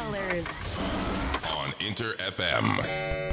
colors on Inter FM.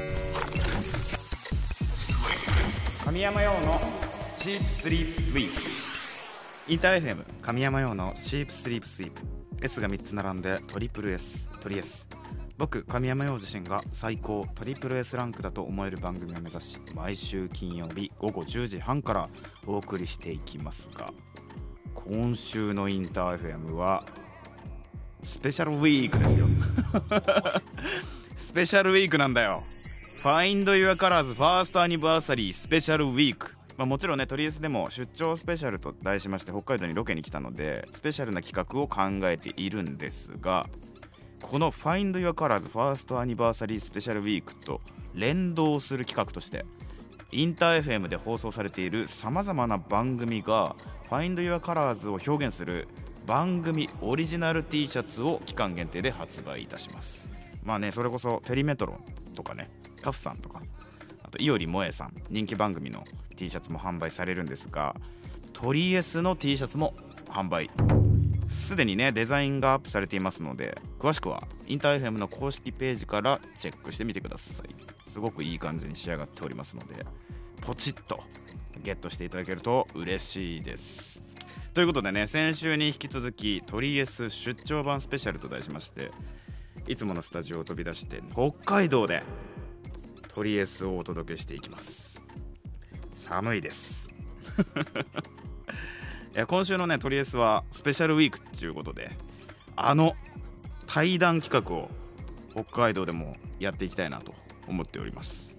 神山陽のシープスリープスイープ。インター FM 神山陽のシープスリープスイープ。 S が3つ並んでトリプル S トリ S。 僕神山陽自身が最高トリプル S ランクだと思える番組を目指し、毎週金曜日午後10時半からお送りしていきますが、今週のインター FM はスペシャルウィークですよスペシャルウィークなんだよ。Find Your Colors ファーストアニバーサリースペシャルウィーク。もちろんね、トリエスでも出張スペシャルと題しまして北海道にロケに来たので、スペシャルな企画を考えているんですが、この Find Your Colors ファーストアニバーサリースペシャルウィークと連動する企画として、インター FM で放送されているさまざまな番組が Find Your Colors を表現する番組オリジナル T シャツを期間限定で発売いたします。それこそペリメトロンとかね、カフさんとか、あといおりもえさん、人気番組の T シャツも販売されるんですが、トリエスの T シャツも販売、すでにねデザインがアップされていますので、詳しくはインター FM の公式ページからチェックしてみてください。すごくいい感じに仕上がっておりますので、ポチッとゲットしていただけると嬉しいです。ということでね、先週に引き続きトリエス出張版スペシャルと題しまして、いつものスタジオを飛び出して北海道でトリエスをお届けしていきます。寒いです今週のねトリエスはスペシャルウィークということで、対談企画を北海道でもやっていきたいなと思っております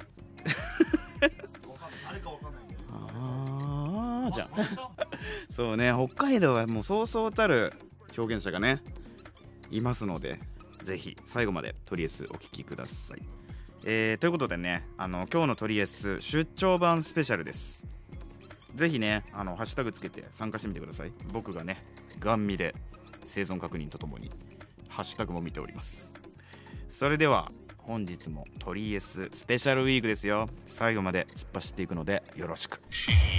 じゃあそうね、北海道はもうそうそうたる表現者がねいますので、ぜひ最後までトリエスお聞きください。ということでね、今日のトリエス出張版スペシャルです。ぜひねハッシュタグつけて参加してみてください。僕がねガン見で生存確認とともにハッシュタグも見ております。それでは本日もトリエススペシャルウィークですよ。最後まで突っ走っていくのでよろしく。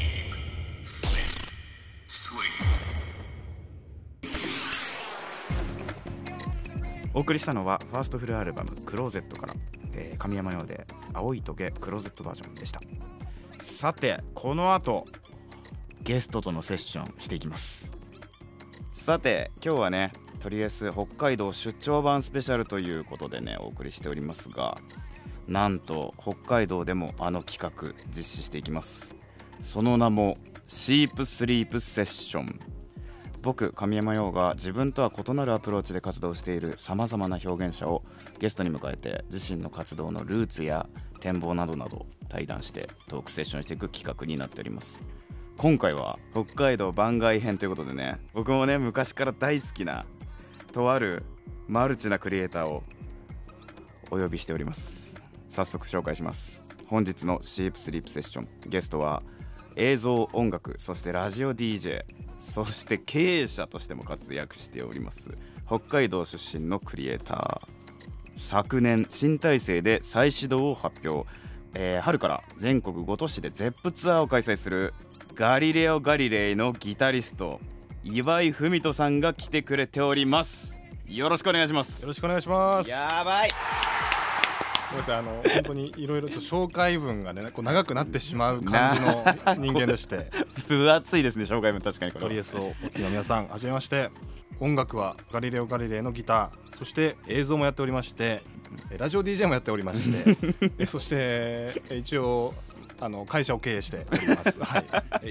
お送りしたのはファーストフルアルバムクローゼットから、神山用で青いトゲクローゼットバージョンでした。さてこの後ゲストとのセッションしていきます。さて今日はねトリエス北海道出張版スペシャルということでねお送りしておりますが、なんと北海道でも企画実施していきます。その名もシープスリープセッション。僕神山陽が自分とは異なるアプローチで活動しているさまざまな表現者をゲストに迎えて、自身の活動のルーツや展望などなど対談してトークセッションしていく企画になっております。今回は北海道番外編ということでね、僕もね昔から大好きなとあるマルチなクリエイターをお呼びしております。早速紹介します。本日のシープスリープセッションゲストは映像音楽、そしてラジオ DJ、 そして経営者としても活躍しております北海道出身のクリエイター。昨年新体制で再始動を発表、春から全国5都市でゼップツアーを開催するガリレオ・ガリレイのギタリスト岩井文人さんが来てくれております。よろしくお願いします。 よろしくお願いします。 やばい、 ごめんなさい、本当にいろいろ紹介文がねこう長くなってしまう感じの人間でして分厚いですね紹介文。確かにこれトリエスをお聞きの皆さんはじめまして。音楽はガリレオ・ガリレイのギター、そして映像もやっておりまして、ラジオ DJ もやっておりましてそして一応会社を経営しております、はい、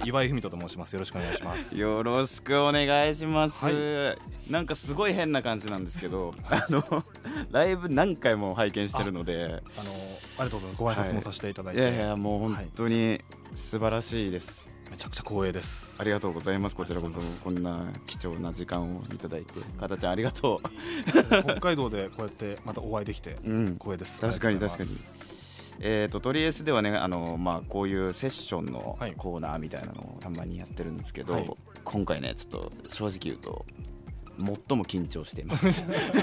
岩井文人と申します。よろしくお願いします。 よろしくお願いします、 はなんかすごい変な感じなんですけどライブ何回も拝見してるのでありがとうございます。ご挨拶もさせていただいて、 いやもう本当に素晴らしいです、 めちゃくちゃ光栄です。 ありがとうございます。こちらこそこんな貴重な時間をいただいて、かたちゃんありがとう北海道でこうやってまたお会いできて光栄です、 確かに確かに。トリエスではねこういうセッションのコーナーみたいなのをたまにやってるんですけど、 はい、 今回ねちょっと正直言うと最も緊張しています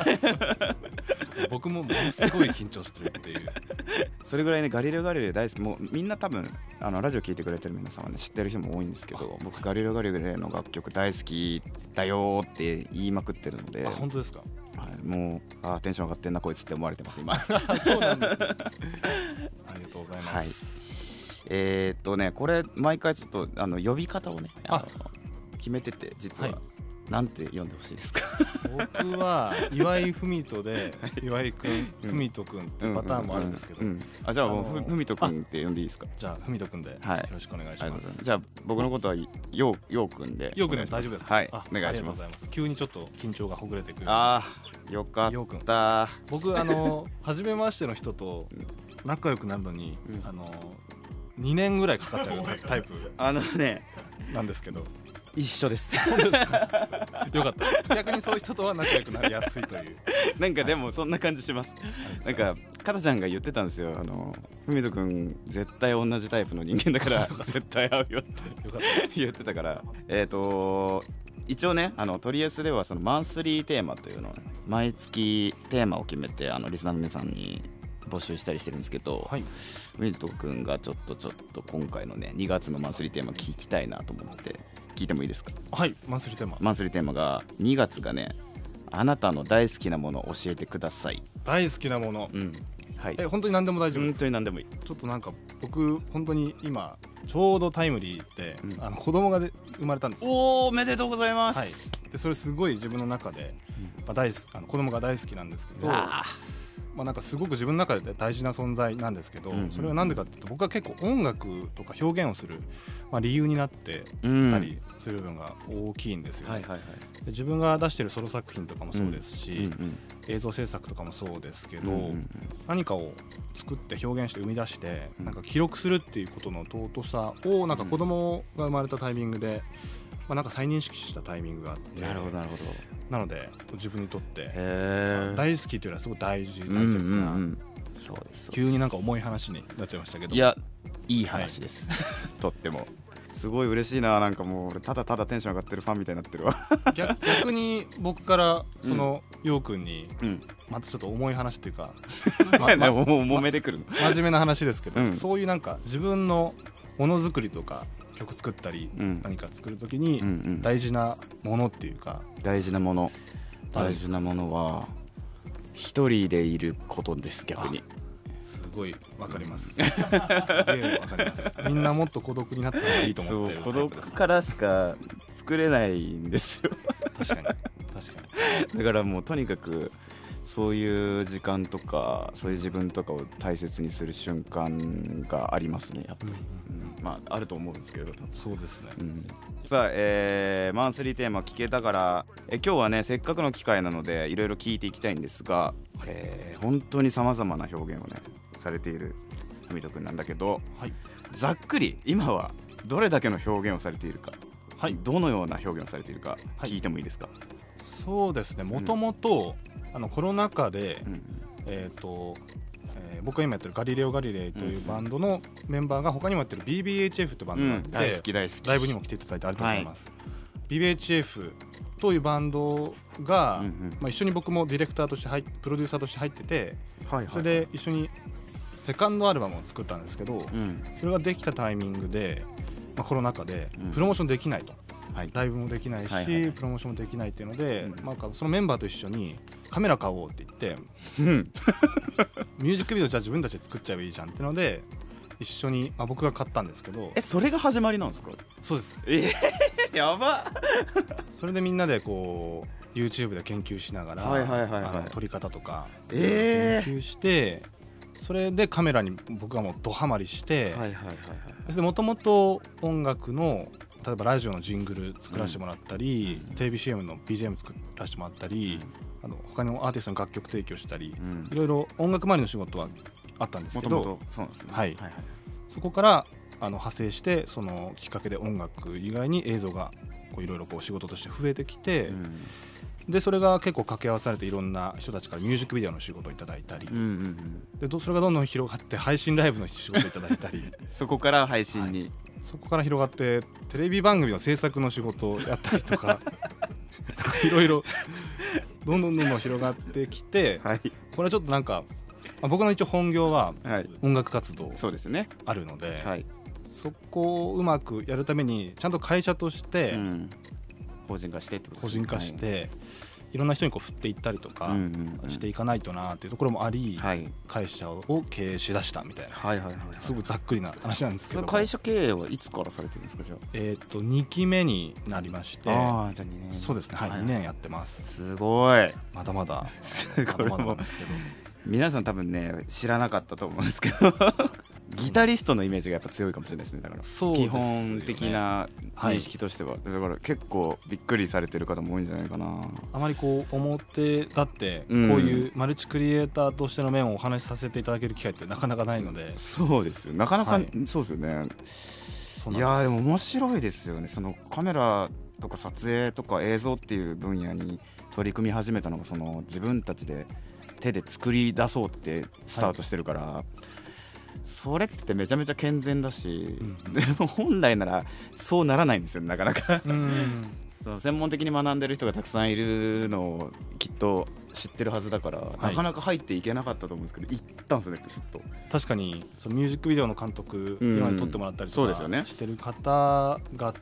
僕もものすごい緊張してるっていうそれぐらいねガリレオ・ガリレイ大好き。もうみんな多分ラジオ聞いてくれてる皆さんはね知ってる人も多いんですけど、僕ガリレオ・ガリレイの楽曲大好きだよって言いまくってるので。 本当ですか。 はい、もうテンション上がってんなこいつって思われてます今そうなんですねありがとうございます、 はい、これ毎回ちょっと呼び方をね決めてて実は、 はい、 なんて呼んでほしいですか僕は岩井文人で岩井くん、文人くんっていうパターンもあるんですけど、 じゃあ文人くんって呼んでいいですか。 じゃあ文人くんでよろしくお願いします、 じゃあ僕のことはようくんでようくんで大丈夫ですか。 はい、お願いします。 ありがとうございます。急にちょっと緊張がほぐれてくる。 よかった僕初めましての人と仲良くなるのに、2年ぐらいかかっちゃうタイプなんですけど一緒ですよかった逆にそういう人とは仲良くなりやすいというなんかでもそんな感じします、なんかかたちゃんが言ってたんですよ、文人くん絶対同じタイプの人間だから絶対合うよってよかったです言ってたから一応ねトリエスではそのマンスリーテーマというのを、ね、毎月テーマを決めてリスナーの皆さんに募集したりしてるんですけど、はい、文人くんがちょっと今回のね2月のマンスリーテーマ聞きたいなと思って聞いてもいいですか。 はい、マンスリーテーマが2月がね、あなたの大好きなものを教えてください。 大好きなもの、はい、本当に何でも大丈夫です。 本当に何でもいい。 ちょっとなんか僕本当に今ちょうどタイムリーで、子供が生まれたんですよ。 おめでとうございます、 はい、でそれすごい自分の中で、子供が大好きなんですけど、なんかすごく自分の中で大事な存在なんですけど、それは何でかっていうと僕は結構音楽とか表現をする、理由になってたりする部分が大きいんですよね。で自分が出してるソロ作品とかもそうですし、映像制作とかもそうですけど、何かを作って表現して生み出してなんか記録するっていうことの尊さをなんか子供が生まれたタイミングでなんか再認識したタイミングがあって、 なるほどなので自分にとって大好きというのはすごく大切な、 そうです急になんか重い話になっちゃいましたけど、 いやいい話です、とってもすごい嬉しいな。なんかもう俺ただただテンション上がってるファンみたいになってるわ逆に僕からそのようくんにまたちょっと重い話っていうか揉めてくるの真面目な話ですけど、そういうなんか自分のものづくりとか曲作ったり何か作るときに大事なものっていうか、 大事なものは一人でいることです。逆にすごいわかりますすげえわかります。みんなもっと孤独になった方がいいと思ってるタイプです。 孤独からしか作れないんですよ確かにだからもうとにかくそういう時間とかそういう自分とかを大切にする瞬間がありますね、やっぱり、あると思うんですけど。 そうですね、 さあ、マンスリーテーマ聞けたから、今日はねせっかくの機会なのでいろいろ聞いていきたいんですが、本当にさまざまな表現をねされている文人くんなんだけど、ざっくり今はどれだけの表現をされているか、どのような表現をされているか聞いてもいいですか。 そうですね、もともとコロナ禍で、僕が今やってるガリレオ・ガリレイというバンドのメンバーが他にもやってる BBHF というバンドがあって、 大好きライブにも来ていただいてありがとうございます、BBHF というバンドが、一緒に僕もディレクターとしてプロデューサーとして入ってて、それで一緒にセカンドアルバムを作ったんですけど、それができたタイミングで、コロナ禍でプロモーションできないと、ライブもできないし、プロモーションもできないっていうので、そのメンバーと一緒にカメラ買おうって言って、ミュージックビデオじゃあ自分たちで作っちゃえばいいじゃんってので一緒に、僕が買ったんですけど。 それが始まりなんですか。 そうです。 やばそれでみんなでこう YouTube で研究しながら、撮り方とか研究して、それでカメラに僕がもうドハマりして、もともと音楽の例えばラジオのジングル作らせてもらったり、テレビ CM の BGM 作らせてもらったり、他のアーティストの楽曲提供したり、いろいろ音楽周りの仕事はあったんですけど、そこから派生してそのきっかけで音楽以外に映像がいろいろ仕事として増えてきて、でそれが結構掛け合わされていろんな人たちからミュージックビデオの仕事をいただいたり、でそれがどんどん広がって配信ライブの仕事をいただいたりそこから配信に、 そこから広がってテレビ番組の制作の仕事をやったりとかいろいろどんどん広がってきて、これはちょっとなんか、僕の一応本業は音楽活動あるので、そこをうまくやるためにちゃんと会社として、 法人化してってこと法人化していろんな人にこう振っていったりとかしていかないとなっていうところもあり、会社を経営しだしたみたいな、すごくざっくりな話なんですけども、 会社経営はいつからされてるんですか？じゃあ 2期目になりまして、 じゃあ2年。 そうですね、2年やってます。 すごい、 まだまだすごい。 まだまだなんですけど皆さん多分ね知らなかったと思うんですけどギタリストのイメージがやっぱ強いかもしれないですね。だから基本的な認識としては、だから結構びっくりされてる方も多いんじゃないかな。あまりこう表立ってこういうマルチクリエイターとしての面をお話しさせていただける機会ってなかなかないので、 そうですよ、なかなか、そうですよね。いやでも面白いですよね。そのカメラとか撮影とか映像っていう分野に取り組み始めたのが、その自分たちで手で作り出そうってスタートしてるから、それってめちゃめちゃ健全だし、でも本来ならそうならないんですよ、なかなかその専門的に学んでる人がたくさんいるのをきっと知ってるはずだから、なかなか入っていけなかったと思うんですけど、行ったんですよね、ずっと。 確かにそのミュージックビデオの監督、今に撮ってもらったりとかしてる方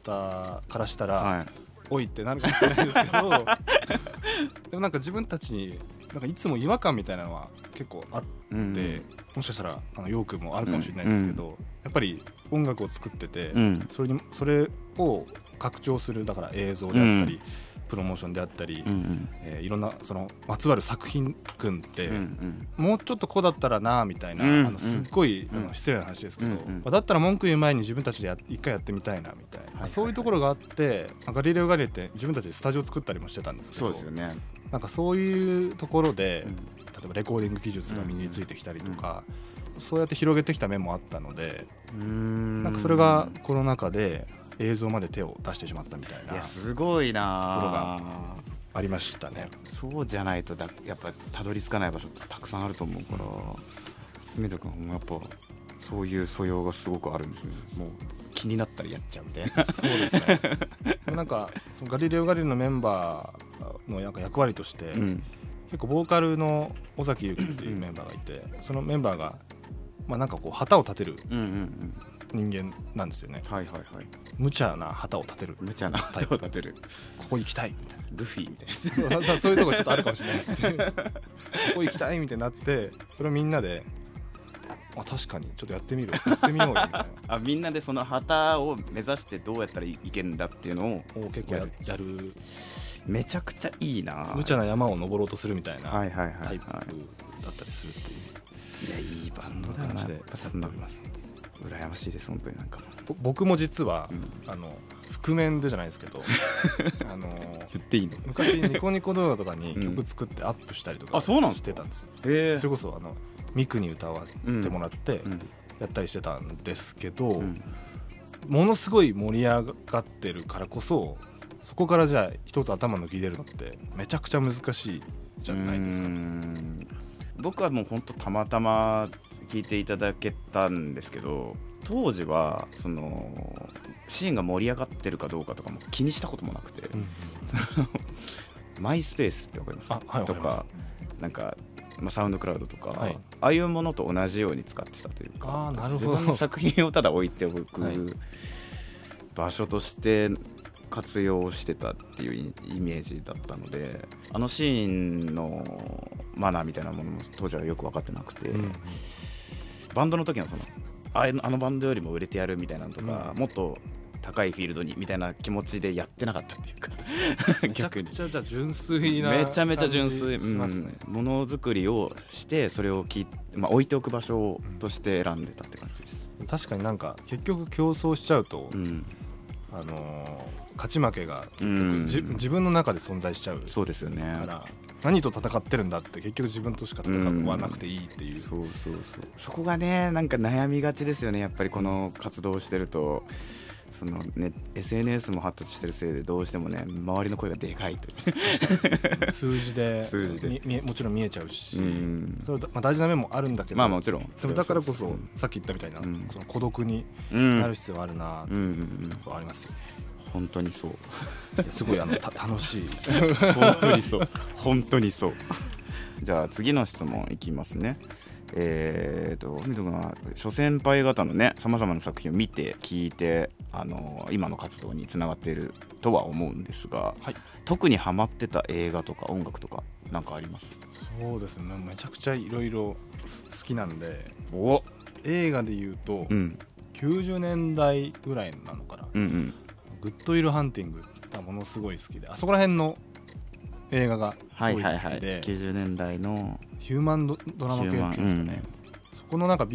々からしたら、おいってなるかもしれないですけどでもなんか自分たちになんかいつも違和感みたいなのは結構あって、もしかしたらヨウ君もあるかもしれないですけど、やっぱり音楽を作ってて、それを拡張する、だから映像であったり、プロモーションであったり、いろんなそのまつわる作品群って、もうちょっとこうだったらなみたいな、すっごい失礼な話ですけど、だったら文句言う前に自分たちで一回やってみたいなみたいな、そういうところがあって、ガリレオ・ガリレイって自分たちでスタジオ作ったりもしてたんですけど、 そうですよね。 なんかそういうところで、例えばレコーディング技術が身についてきたりとか、そうやって広げてきた面もあったので、なんかそれがコロナ禍で映像まで手を出してしまったみたいな、 すごいなところがありましたね。 そうじゃないとやっぱたどり着かない場所ってたくさんあると思うから、梅田君もやっぱそういう素養がすごくあるんですね。もう気になったらやっちゃうみたいな。 そうですねなんかそのガリレオ・ガリレイのメンバーのなんか役割として、結構ボーカルの尾崎由紀っていうメンバーがいて、そのメンバーがなんかこう旗を立てる人間なんですよね。無茶な旗を立てる、 無茶な旗を立てる、 ここ行きたいみたいな、 ルフィみたいなそういうところちょっとあるかもしれないですねここ行きたいみたいになって、それをみんなで確かにちょっとやってみようよみたいなみんなでその旗を目指してどうやったらいけるんだっていうのを結構やる。 めちゃくちゃいいな。 無茶な山を登ろうとするみたいなタイプだったりするっていう。 いや、いいバンドだな。そんな羨ましいです本当に。なんか僕も実は、覆面でじゃないですけど言っていいの？ 昔ニコニコ動画とかに曲作ってアップしたりとかしてたんですよ。それこそミクに歌わせてもらってやったりしてたんですけど、ものすごい盛り上がってるからこそ、そこからじゃあ一つ頭抜き出るのってめちゃくちゃ難しいじゃないですか。 僕はもう本当たまたま聞いていただけたんですけど、当時はそのシーンが盛り上がってるかどうかとかも気にしたこともなくて、マイスペースってわかります？とかなんかサウンドクラウドとか、ああいうものと同じように使ってたというか、自分の作品をただ置いておく場所として活用してたっていうイメージだったので、あのシーンのマナーみたいなものも当時はよく分かってなくて、バンドの時のあのバンドよりも売れてやるみたいなのとか、もっと高いフィールドにみたいな気持ちでやってなかったっていうかめちゃくちゃじゃあ純粋なめちゃめちゃ純粋、ものづくりをしてそれを置いておく場所として選んでたって感じです。 確かになんか結局競争しちゃうと、勝ち負けが結局、自分の中で存在しちゃう。 そうですよね。 から何と戦ってるんだって結局自分としか戦わなくていいっていう、 そこがねなんか悩みがちですよね。やっぱりこの活動をしてるとその、ね、SNS も発達してるせいでどうしてもね周りの声がでかいという数字でもちろん見えちゃうし、それ大事な面もあるんだけど、 もちろんでもだからこそさっき言ったみたいな、その孤独になる必要があるなというところありますよね。 本当にそうすごい楽しい本当にそう本当にそう。じゃあ次の質問いきますね。 文人君は諸先輩方のねさまざまな作品を見て聞いて、今の活動につながっているとは思うんですが、 はい、 特にハマってた映画とか音楽とか何かあります？ そうですね、めちゃくちゃいろいろ好きなんで、 お、 映画で言うと、90年代ぐらいなのかな、グッドウィルハンティングがものすごい好きで、あそこら辺の映画がすごい好きで、 90年代のヒューマンドラマ系っていうんですかね、そこのなんか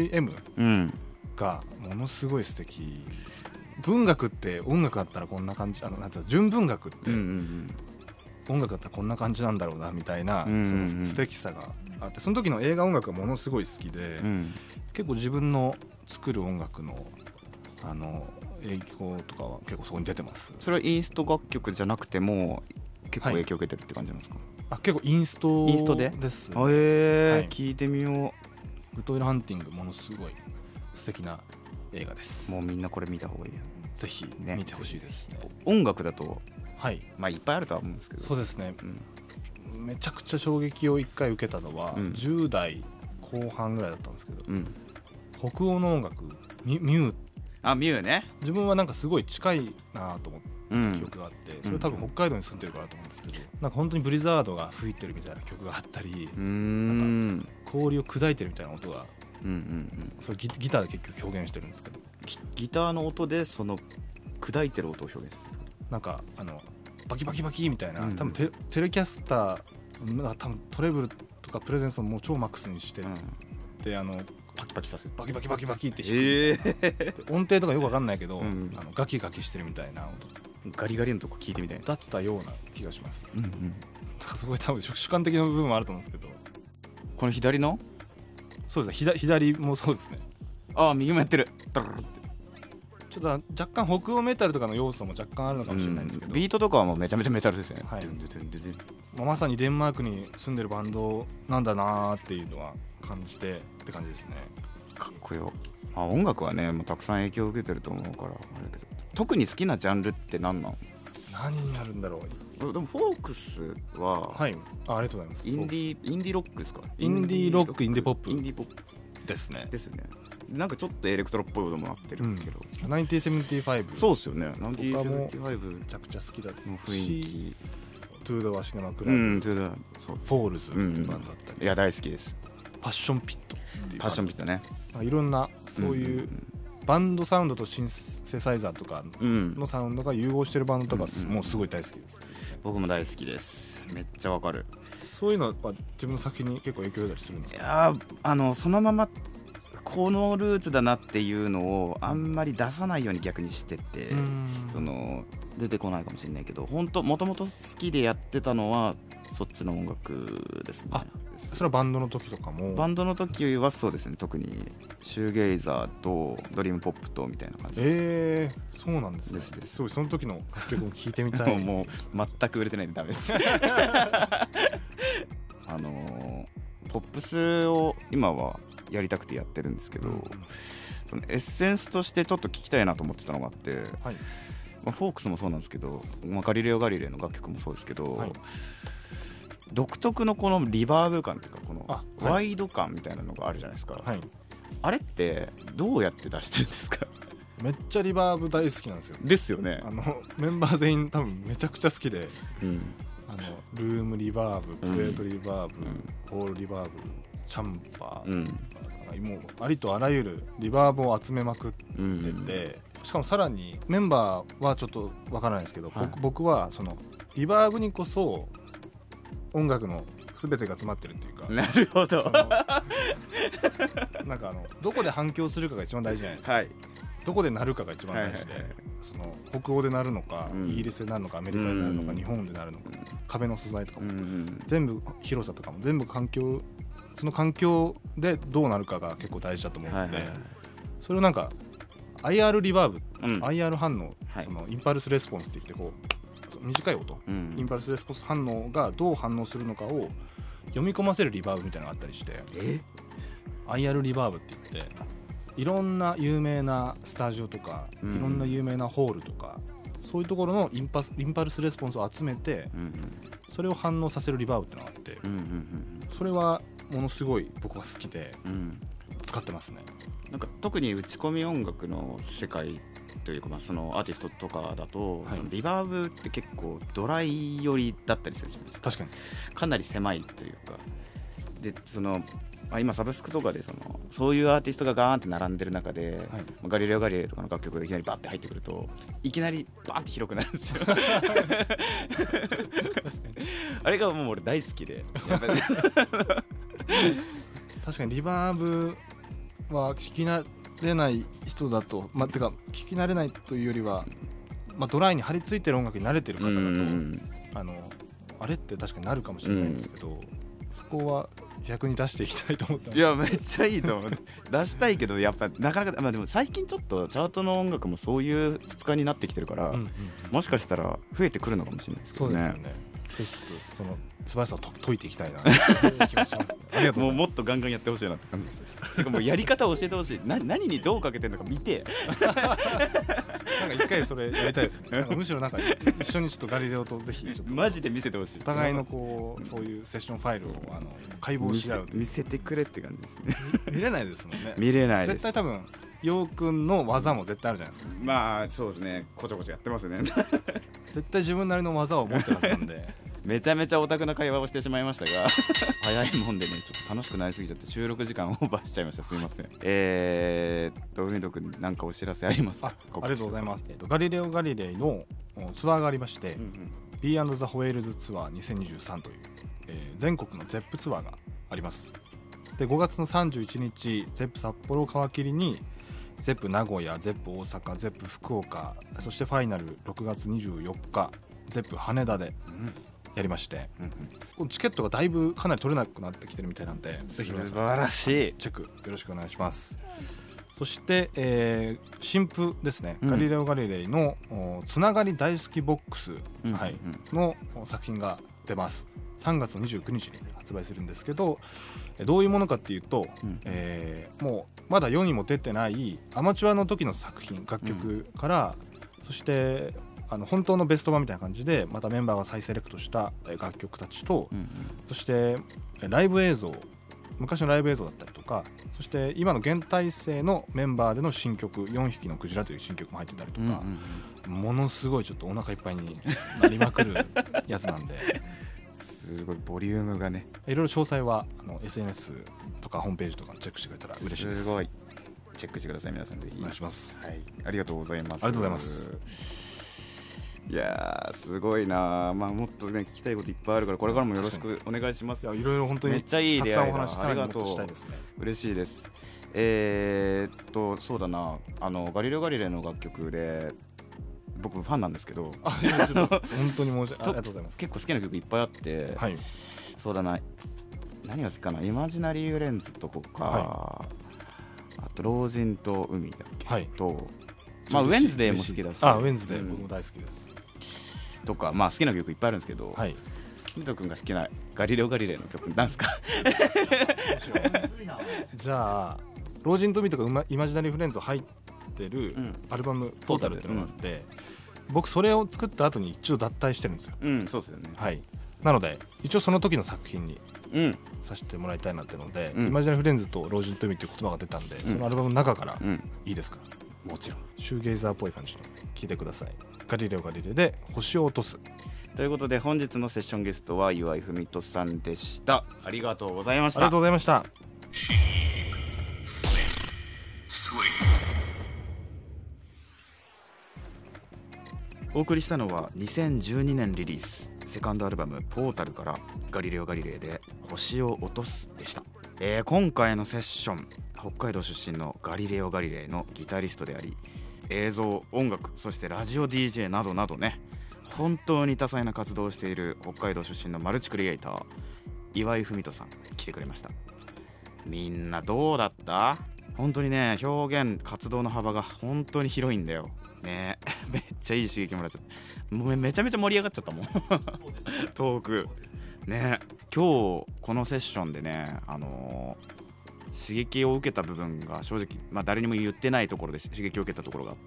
BGM がものすごい素敵。文学って音楽だったらこんな感じ、なんていうの、純文学って音楽だったらこんな感じなんだろうなみたいな、その素敵さがあって、その時の映画音楽がものすごい好きで、結構自分の作る音楽の影響とかは結構そこに出てます。 それはインスト楽曲じゃなくても結構影響を受けてるって感じなんですか？ 結構インストですね。 聞いてみよう。 グッドウィルハンティングものすごい素敵な映画です。 もうみんなこれ見た方がいいよ。 ぜひ見てほしいですね。 音楽だといっぱいあるとは思うんですけど、 そうですね、めちゃくちゃ衝撃を1回受けたのは、10代後半ぐらいだったんですけど、北欧の音楽ミューね。自分はなんかすごい近いなと思った記憶があって、それ多分北海道に住んでるからと思うんですけど、なんか本当にブリザードが吹いてるみたいな曲があったり、なんか氷を砕いてるみたいな音が、それギターで結局表現してるんですけど、 ギターの音でその砕いてる音を表現する。 なんかバキバキバキみたいな、多分テレキャスター多分トレブルとかプレゼンスをもう超マックスにして、でパキパキさせる、 バキバキバキバキって弾く、音程とかよく分かんないけど、ガキガキしてるみたいな音、 ガリガリのとこ聞いてみたいだったような気がします。すごい多分主観的な部分もあると思うんですけど、 この左のそうですね、左もそうですね。 右もやってる。 ちょっと若干北欧メタルとかの要素も若干あるのかもしれないんですけど、 ビートとかはもうめちゃめちゃメタルですね。 まさにデンマークに住んでるバンドなんだなーっていうのは感じてって感じですね。 かっこよ。音楽はねもうたくさん影響を受けてると思うからあれだけど、特に好きなジャンルって何になるんだろう。 でもフォークスは、 ありがとうございます。 インディーロックですか？ インディーロック、インディーポップですね。なんかちょっとエレクトロっぽい音もなってるけど、 1975、 そうですよね。 1975めちゃくちゃ好きだった雰囲気、 トゥーダワシネマクラブ、フォールズっていうバンドだったり、 いや大好きです。 パッションピットっていうパッションピットね、 いろんなそういうバンドサウンドとシンセサイザーとかのサウンドが融合してるバンドとかもうすごい大好きです。 僕も大好きです。めっちゃわかる。 そういうのは自分の作品に結構影響を受けたりするんですか？ いやそのままこのルーツだなっていうのをあんまり出さないように逆にしてて、出てこないかもしれないけど、本当もともと好きでやってたのはそっちの音楽ですね。 それはバンドの時とかも？ バンドの時はそうですね、特にシューゲイザーとドリームポップとみたいな感じです。 そうなんですね。すごいその時の楽曲も聴いてみたい。 もう全く売れてないんでダメですポップスを今はやりたくてやってるんですけど、そのエッセンスとしてちょっと聞きたいなと思ってたのがあって、フォークスもそうなんですけど、ガリレオ・ガリレイの楽曲もそうですけど、独特のこのリバーブ感っていうか、このワイド感みたいなのがあるじゃないですか。あれってどうやって出してるんですか？ めっちゃリバーブ大好きなんですよ。 ですよね。 メンバー全員多分めちゃくちゃ好きで、ルームリバーブ、プレートリバーブ、ホールリバーブ、チャンパー、もうありとあらゆるリバーブを集めまくってて、しかもさらにメンバーはちょっとわからないですけど、僕はそのリバーブにこそ音楽の全てが詰まってるっていうか。 なるほど。 なんかどこで反響するかが一番大事じゃないですか。どこで鳴るかが一番大事で、その北欧で鳴るのか、イギリスで鳴るのか、アメリカで鳴るのか、日本で鳴るのか、壁の素材とかも、全部広さとかも全部その環境でどうなるかが結構大事だと思うので、それをなんか IR リバーブ、IR 反応、そのインパルスレスポンスっていって、こう短い音、インパルスレスポンス反応がどう反応するのかを読み込ませるリバーブみたいなのがあったりして、IR リバーブって言って、いろんな有名なスタジオとか、いろんな有名なホールとか、そういうところのインパルスレスポンスを集めて、それを反応させるリバーブってのがあって、それはものすごい僕は好きでうん使ってますね。 なんか特に打ち込み音楽の世界というか、まあ、そのアーティストとかだと、 はいそのリバーブって結構ドライ寄りだったりするじゃないですか。 確かにかなり狭いというかで、その今サブスクとかでそういうアーティストがガーンって並んでる中で、 はいガリレオ・ガリレイとかの楽曲がいきなりバッて入ってくるといきなりバーンって広くなるんですよ確かにあれがもう俺大好きでやっぱり確かにリバーブは聞き慣れない人だと、てか聞き慣れないというよりは、ドライに張り付いてる音楽に慣れてる方だと、あれって確かになるかもしれないんですけど、そこは逆に出していきたいと思ったんです。 いやめっちゃいいと思う出したいけどやっぱなかなか、でも最近ちょっとチャートの音楽もそういう質感になってきてるから、もしかしたら増えてくるのかもしれないですけどね。 そうですよね。ぜひちょっとその素晴らしさを解いていきたいなという気がしますね。ありがとうございます。 もうもっとガンガンやってほしいなって感じですてかもうやり方を教えてほしい。何にどうかけてるのか見てなんか一回それやりたいですね。なんかむしろなんか一緒にちょっとガリレオとぜひちょっとマジで見せてほしい。 お互いのそういうセッションファイルを解剖し合うという見せてくれって感じですね見れないですもんね。 見れないです。 絶対多分陽くんの技も絶対あるじゃないですか。 まあそうですね、こちょこちょやってますね絶対自分なりの技を持ってるはずなんでめちゃめちゃオタクな会話をしてしまいましたが早いもんでねちょっと楽しくなりすぎちゃって収録時間オーバーしちゃいました。すみません。海野くんなんかお知らせありますか？ ありがとうございます。ガリレオ・ガリレイのツアーがありまして、B& The ホエールズツアー2023という、全国の ZEP ツアーがあります。で5月の31日 ZEP 札幌を皮切りに ZEP 名古屋、ZEP 大阪、ZEP 福岡、そしてファイナル6月24日 ZEP 羽田でやりまして、チケットがだいぶかなり取れなくなってきてるみたいなんで、ぜひ皆さん素晴らしいチェックよろしくお願いします。そして、新譜ですね、ガリレオ・ガリレイのつながり大好きボックス、の作品が出ます。3月29日に発売するんですけど、どういうものかっていうと、もうまだ世にも出てないアマチュアの時の作品楽曲から、そして本当のベスト版みたいな感じでまたメンバーが再セレクトした楽曲たちと、そしてライブ映像、昔のライブ映像だったりとか、そして今の現代生のメンバーでの新曲4匹のクジラという新曲も入ってたりとか、ものすごいちょっとお腹いっぱいになりまくるやつなんですごいボリュームがね、 いろいろ詳細はSNS とかホームページとかチェックしてくれたら嬉しいです。 すごいチェックしてください皆さん。ぜひお願いします。 はい、ありがとうございます。 ありがとうございます。 いやーすごいな。もっとね聞きたいこといっぱいあるからこれからもよろしくお願いします。 いろいろ本当にめっちゃいいたく出会いだ。 さんお話しさあらにもっとりがとう。 したいですね。 嬉しいです。そうだな、ガリレオ・ガリレイの楽曲で僕ファンなんですけどいやちょっと本当に申し訳ありがとうございます。 結構好きな曲いっぱいあって、 はい、 そうだな、何が好きかな、イマジナリー・フレンズとか、あと老人と海だっけ、とウェンズデーも好きだし、 ウェンズデー僕も大好きです、 とか、好きな曲いっぱいあるんですけど、ヒント君が好きなガリレオ・ガリレイの曲なんですかじゃあ老人と海とかイマジナリー・フレンズ入ってるアルバムポータルっていうのがあって、僕それを作った後に一応脱退してるんですよ。 そうですよね。 なので一応その時の作品にさせてもらいたいなっていうので、イマジナリー・フレンズと老人と海っていう言葉が出たんで、そのアルバムの中からいいですか？ もちろん。 シューゲイザーっぽい感じの聴いてください。ガリレオ・ガリレイで星を落とす。 ということで本日のセッションゲストは岩井文人さんでした。ありがとうございました。 ありがとうございました。 お送りしたのは2012年リリースセカンドアルバムポータルからガリレオ・ガリレイで星を落とすでした。今回のセッション、北海道出身のガリレオ・ガリレイのギタリストであり、映像、音楽、そしてラジオ DJ などなどね、本当に多彩な活動をしている北海道出身のマルチクリエイター岩井文人さん来てくれました。みんなどうだった？本当にね、表現活動の幅が本当に広いんだよね。めっちゃいい刺激もらっちゃった。もうめちゃめちゃ盛り上がっちゃったもんトークね。今日このセッションでね、刺激を受けた部分が正直、誰にも言ってないところで刺激を受けたところがあって、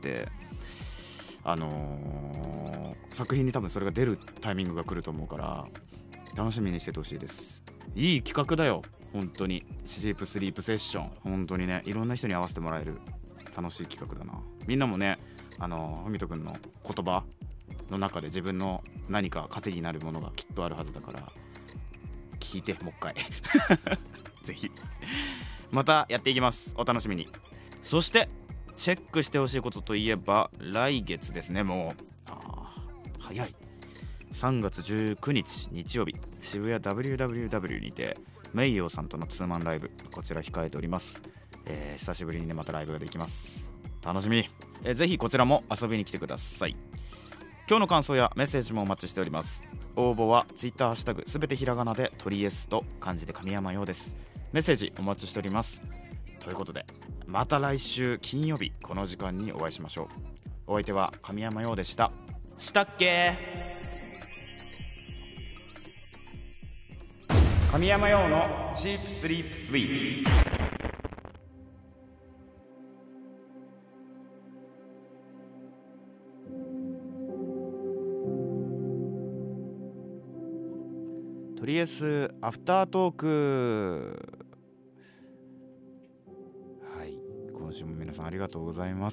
作品に多分それが出るタイミングが来ると思うから楽しみにしててほしいです。いい企画だよ本当にシープスリープセッション、本当にねいろんな人に合わせてもらえる楽しい企画だな。みんなもねふみとくんの言葉の中で自分の何か糧になるものがきっとあるはずだから聞いてもう一回ぜひまたやっていきます。お楽しみに。そしてチェックしてほしいことといえば来月ですね。もう早い。3月19日日曜日、渋谷 WWW にてメイヨーさんとのツーマンライブ、こちら控えております。久しぶりにねまたライブができます。楽しみ。ぜひこちらも遊びに来てください。今日の感想やメッセージもお待ちしております。応募は Twitter ハッシュタグすべてひらがなでトリエスと漢字で神山陽です。メッセージお待ちしております。ということでまた来週金曜日この時間にお会いしましょう。お相手は神山陽でした。したっけ。神山陽のチープスリープスイート。とりあえずアフタートーク。はい、今週も皆さんありがとうございます。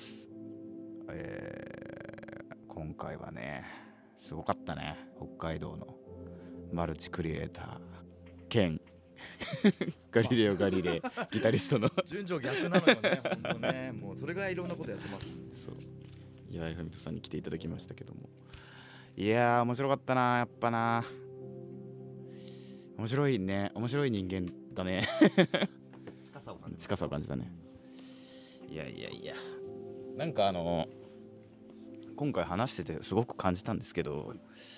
今回はねすごかったね。北海道のマルチクリエイター兼ガリレオ・ガリレイギタリストの順序逆なのよね。本当ね、もうそれぐらいいろんなことやってます。 そう岩井文人さんに来ていただきましたけども、いやー面白かったな。やっぱな面白いね。面白い人間だね近さを感じる。 近さを感じたね。いやなんか今回話しててすごく感じたんですけど、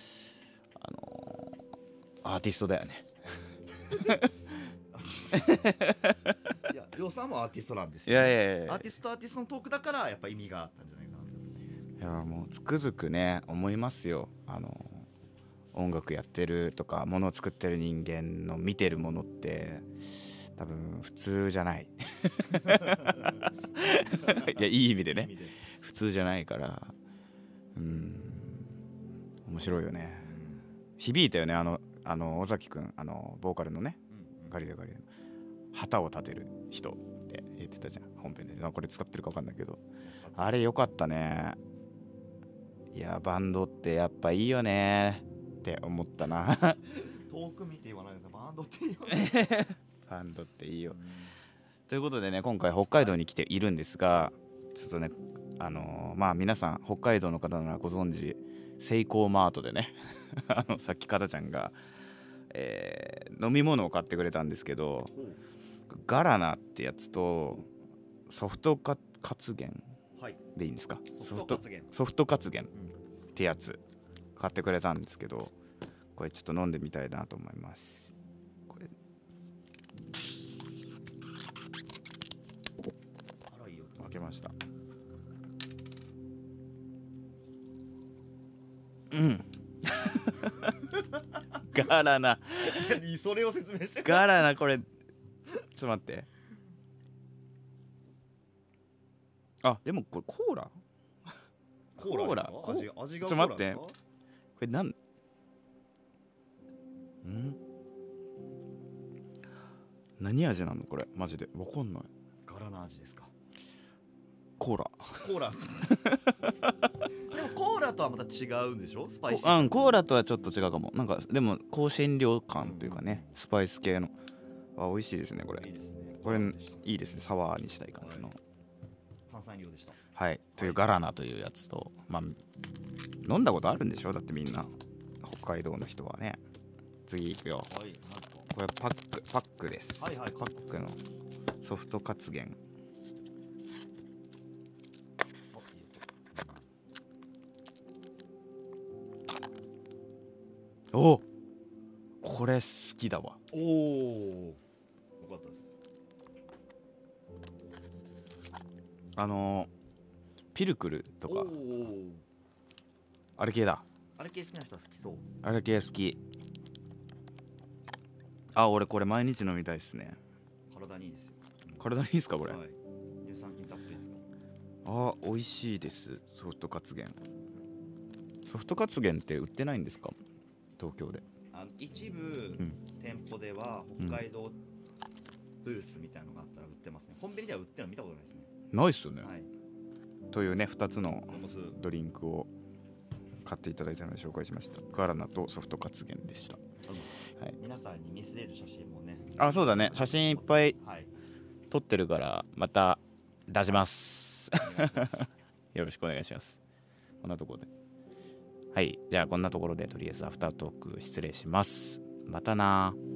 アーティストだよねいや、りょうさんもアーティストなんですいよ。 やアーティストのトークだからやっぱ意味があったんじゃないかな。 いやもうつくづくね思いますよ。音楽やってるとかものを作ってる人間の見てるものって多分普通じゃないいやいい意味でね普通じゃないから面白いよね。響いたよね。尾崎くんボーカルのね、ガリレオガリレオ旗を立てる人って言ってたじゃん本編で。これ使ってるか分かんないけどあれよかったね。いやバンドってやっぱいいよねって思ったな遠く見て言わないでバンドっていいよねバンドっていいよ。ということでね今回北海道に来ているんですが、ちょっとね皆さん北海道の方ならご存知セイコーマートでねさっきかたちゃんが、飲み物を買ってくれたんですけど、ガラナってやつとソフトカツ源でいいんですか。ソフトカツ源ってやつ買ってくれたんですけど、これちょっと飲んでみたいなと思います。これ開けました。ガラナそれを説明してガラナこれちょっと待って。でもこれコーラ味がちょっと待って、これ何味なのこれマジでわかんない。 ガラナ味ですか。 コーラでもコーラとはまた違うんでしょ。スパイシーコーラとはちょっと違うかも。なんかでも香辛料感というかね、スパイス系の美味しいですねこれ。 いいですね。 これいいですね。サワーにしたい感じの、 炭酸量でした。 はいというガラナというやつと、飲んだことあるんでしょだってみんな北海道の人はね。次いくよ。これパックです。パックのソフトカツ源。これ好きだわ。 よかったです。 ピルクルとかあれ系だ。 あれ系好きな人は好きそう。 あれ系好き。俺これ毎日飲みたいですね。 体にいいですよ。 体にいいですかこれ。 乳酸菌たっぷりですか。 美味しいです。ソフトカツ源って売ってないんですか東京で。 一部、店舗では北海道ブースみたいなのがあったら売ってますね。コンビニでは売ってるの見たことないですね。 ないっすよね、 はい。 というね2つのこれもそうドリンクを買っていただいたので紹介しました。ガラナとソフトカツゲンでした。はい、 皆さんに見せれる写真もね。 あ、そうだね、写真いっぱいはい。 撮ってるからまた出しますよろしくお願いします。こんなところで、はい、じゃあこんなところでとりあえずアフタートーク失礼します。またな。